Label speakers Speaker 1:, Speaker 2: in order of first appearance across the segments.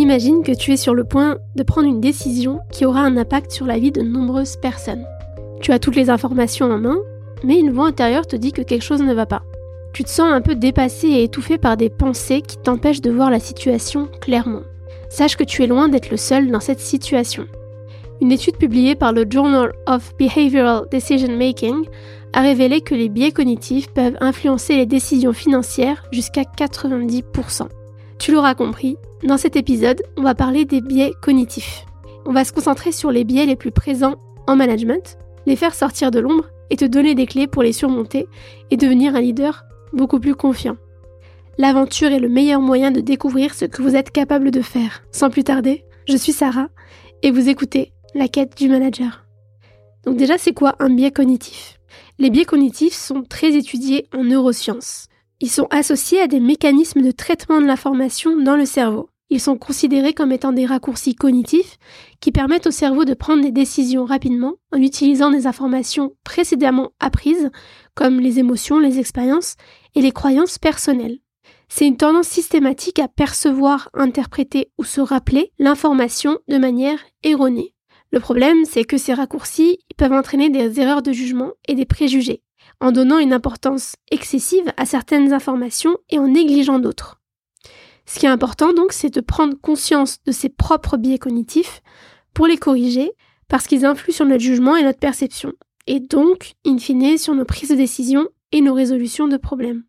Speaker 1: Imagine que tu es sur le point de prendre une décision qui aura un impact sur la vie de nombreuses personnes. Tu as toutes les informations en main, mais une voix intérieure te dit que quelque chose ne va pas. Tu te sens un peu dépassé et étouffé par des pensées qui t'empêchent de voir la situation clairement. Sache que tu es loin d'être le seul dans cette situation. Une étude publiée par le Journal of Behavioral Decision Making a révélé que les biais cognitifs peuvent influencer les décisions financières jusqu'à 90%. Tu l'auras compris, dans cet épisode, on va parler des biais cognitifs. On va se concentrer sur les biais les plus présents en management, les faire sortir de l'ombre et te donner des clés pour les surmonter et devenir un leader beaucoup plus confiant. L'aventure est le meilleur moyen de découvrir ce que vous êtes capable de faire. Sans plus tarder, je suis Sarah et vous écoutez La quête du manager. Donc déjà, c'est quoi un biais cognitif ? Les biais cognitifs sont très étudiés en neurosciences. Ils sont associés à des mécanismes de traitement de l'information dans le cerveau. Ils sont considérés comme étant des raccourcis cognitifs qui permettent au cerveau de prendre des décisions rapidement en utilisant des informations précédemment apprises, comme les émotions, les expériences et les croyances personnelles. C'est une tendance systématique à percevoir, interpréter ou se rappeler l'information de manière erronée. Le problème, c'est que ces raccourcis peuvent entraîner des erreurs de jugement et des préjugés, en donnant une importance excessive à certaines informations et en négligeant d'autres. Ce qui est important donc, c'est de prendre conscience de ses propres biais cognitifs pour les corriger, parce qu'ils influent sur notre jugement et notre perception, et donc, in fine, sur nos prises de décision et nos résolutions de problèmes.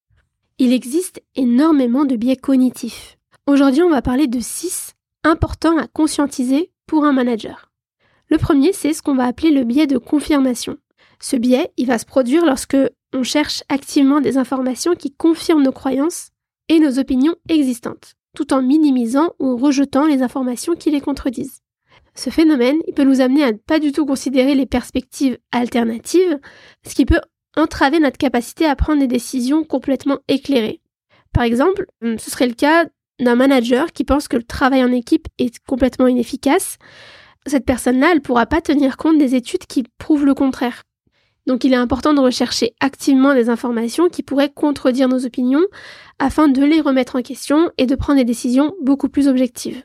Speaker 1: Il existe énormément de biais cognitifs. Aujourd'hui, on va parler de 6 importants à conscientiser pour un manager. Le premier, c'est ce qu'on va appeler le biais de confirmation. Ce biais, il va se produire lorsque on cherche activement des informations qui confirment nos croyances et nos opinions existantes, tout en minimisant ou en rejetant les informations qui les contredisent. Ce phénomène, il peut nous amener à ne pas du tout considérer les perspectives alternatives, ce qui peut entraver notre capacité à prendre des décisions complètement éclairées. Par exemple, ce serait le cas d'un manager qui pense que le travail en équipe est complètement inefficace. Cette personne-là, elle ne pourra pas tenir compte des études qui prouvent le contraire. Donc il est important de rechercher activement des informations qui pourraient contredire nos opinions afin de les remettre en question et de prendre des décisions beaucoup plus objectives.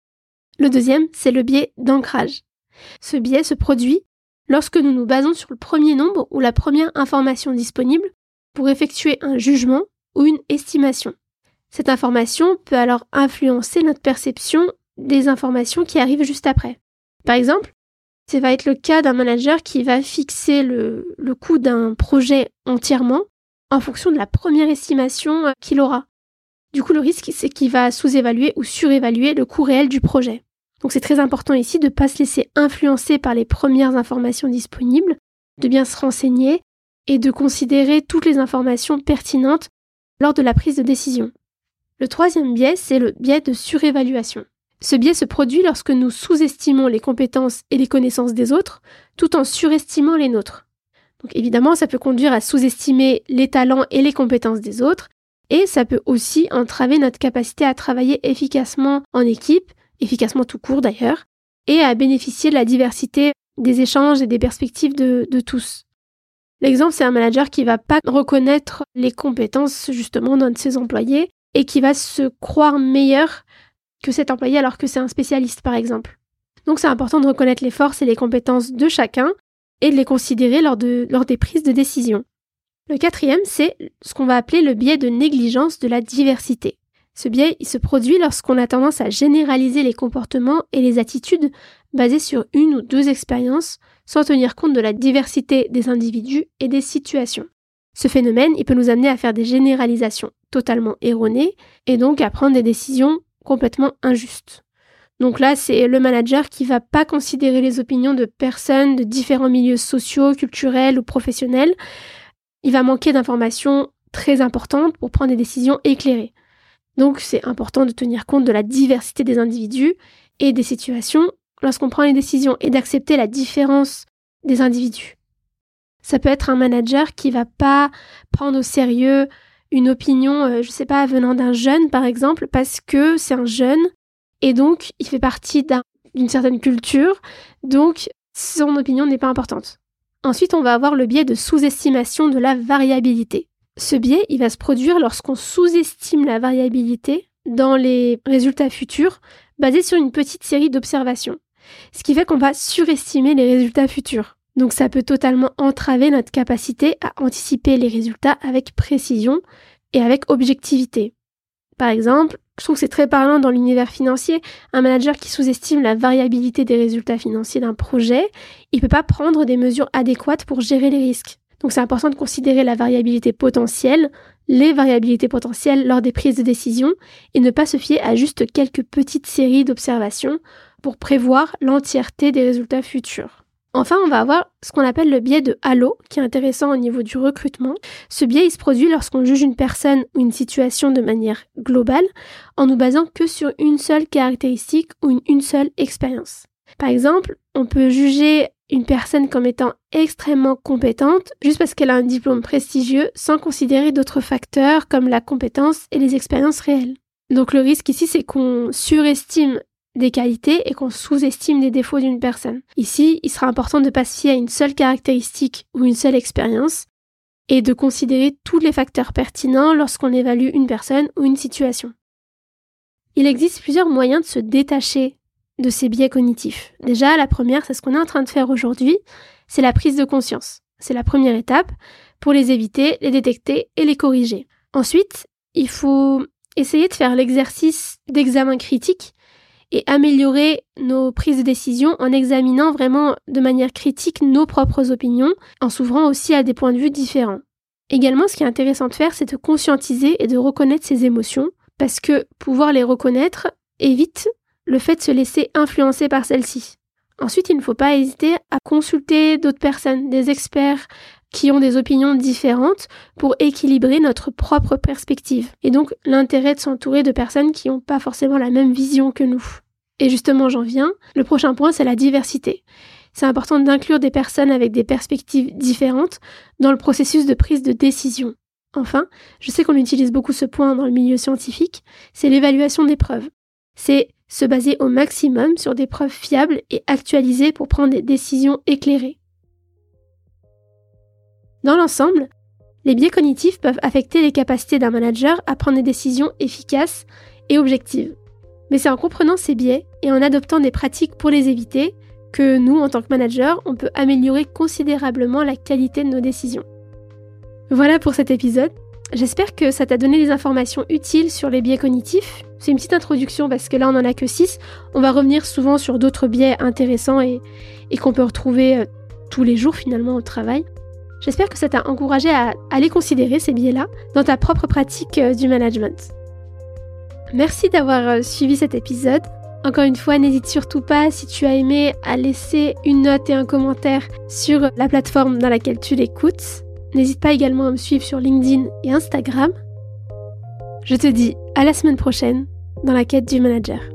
Speaker 1: Le deuxième, c'est le biais d'ancrage. Ce biais se produit lorsque nous nous basons sur le premier nombre ou la première information disponible pour effectuer un jugement ou une estimation. Cette information peut alors influencer notre perception des informations qui arrivent juste après. Par exemple, ça va être le cas d'un manager qui va fixer le coût d'un projet entièrement en fonction de la première estimation qu'il aura. Du coup, le risque, c'est qu'il va sous-évaluer ou surévaluer le coût réel du projet. Donc c'est très important ici de ne pas se laisser influencer par les premières informations disponibles, de bien se renseigner et de considérer toutes les informations pertinentes lors de la prise de décision. Le troisième biais, c'est le biais de surévaluation. Ce biais se produit lorsque nous sous-estimons les compétences et les connaissances des autres, tout en surestimant les nôtres. Donc évidemment, ça peut conduire à sous-estimer les talents et les compétences des autres, et ça peut aussi entraver notre capacité à travailler efficacement en équipe, efficacement tout court d'ailleurs, et à bénéficier de la diversité des échanges et des perspectives de tous. L'exemple, c'est un manager qui va pas reconnaître les compétences justement d'un de ses employés et qui va se croire meilleur que cet employé alors que c'est un spécialiste par exemple. Donc c'est important de reconnaître les forces et les compétences de chacun et de les considérer lors des prises de décision. Le quatrième, c'est ce qu'on va appeler le biais de négligence de la diversité. Ce biais, il se produit lorsqu'on a tendance à généraliser les comportements et les attitudes basés sur une ou deux expériences sans tenir compte de la diversité des individus et des situations. Ce phénomène, il peut nous amener à faire des généralisations totalement erronées et donc à prendre des décisions complètement injustes. Donc là, c'est le manager qui va pas considérer les opinions de personnes de différents milieux sociaux, culturels ou professionnels. Il va manquer d'informations très importantes pour prendre des décisions éclairées. Donc c'est important de tenir compte de la diversité des individus et des situations lorsqu'on prend les décisions et d'accepter la différence des individus. Ça peut être un manager qui va pas prendre au sérieux une opinion, venant d'un jeune par exemple, parce que c'est un jeune et donc il fait partie d'une certaine culture, donc son opinion n'est pas importante. Ensuite, on va avoir le biais de sous-estimation de la variabilité. Ce biais, il va se produire lorsqu'on sous-estime la variabilité dans les résultats futurs basés sur une petite série d'observations. Ce qui fait qu'on va surestimer les résultats futurs. Donc ça peut totalement entraver notre capacité à anticiper les résultats avec précision et avec objectivité. Par exemple, je trouve que c'est très parlant dans l'univers financier, un manager qui sous-estime la variabilité des résultats financiers d'un projet, il ne peut pas prendre des mesures adéquates pour gérer les risques. Donc c'est important de considérer la variabilité potentielle, les variabilités potentielles lors des prises de décision et ne pas se fier à juste quelques petites séries d'observations pour prévoir l'entièreté des résultats futurs. Enfin, on va avoir ce qu'on appelle le biais de halo, qui est intéressant au niveau du recrutement. Ce biais, il se produit lorsqu'on juge une personne ou une situation de manière globale, en nous basant que sur une seule caractéristique ou une seule expérience. Par exemple, on peut juger une personne comme étant extrêmement compétente juste parce qu'elle a un diplôme prestigieux sans considérer d'autres facteurs comme la compétence et les expériences réelles. Donc le risque ici, c'est qu'on surestime des qualités et qu'on sous-estime les défauts d'une personne. Ici, il sera important de ne pas se fier à une seule caractéristique ou une seule expérience et de considérer tous les facteurs pertinents lorsqu'on évalue une personne ou une situation. Il existe plusieurs moyens de se détacher de ces biais cognitifs. Déjà, la première, c'est ce qu'on est en train de faire aujourd'hui, c'est la prise de conscience. C'est la première étape pour les éviter, les détecter et les corriger. Ensuite, il faut essayer de faire l'exercice d'examen critique et améliorer nos prises de décision en examinant vraiment de manière critique nos propres opinions, en s'ouvrant aussi à des points de vue différents. Également, ce qui est intéressant de faire, c'est de conscientiser et de reconnaître ses émotions, parce que pouvoir les reconnaître évite le fait de se laisser influencer par celles-ci. Ensuite, il ne faut pas hésiter à consulter d'autres personnes, des experts qui ont des opinions différentes pour équilibrer notre propre perspective. Et donc, l'intérêt de s'entourer de personnes qui n'ont pas forcément la même vision que nous. Et justement, j'en viens. Le prochain point, c'est la diversité. C'est important d'inclure des personnes avec des perspectives différentes dans le processus de prise de décision. Enfin, je sais qu'on utilise beaucoup ce point dans le milieu scientifique, c'est l'évaluation des preuves. C'est se baser au maximum sur des preuves fiables et actualisées pour prendre des décisions éclairées. Dans l'ensemble, les biais cognitifs peuvent affecter les capacités d'un manager à prendre des décisions efficaces et objectives. Mais c'est en comprenant ces biais et en adoptant des pratiques pour les éviter que nous, en tant que manager, on peut améliorer considérablement la qualité de nos décisions. Voilà pour cet épisode. J'espère que ça t'a donné des informations utiles sur les biais cognitifs. C'est une petite introduction parce que là, on n'en a que 6. On va revenir souvent sur d'autres biais intéressants et qu'on peut retrouver tous les jours finalement au travail. J'espère que ça t'a encouragé à aller considérer ces biais-là dans ta propre pratique du management. Merci d'avoir suivi cet épisode. Encore une fois, n'hésite surtout pas, si tu as aimé, à laisser une note et un commentaire sur la plateforme dans laquelle tu l'écoutes. N'hésite pas également à me suivre sur LinkedIn et Instagram. Je te dis à la semaine prochaine dans la quête du manager.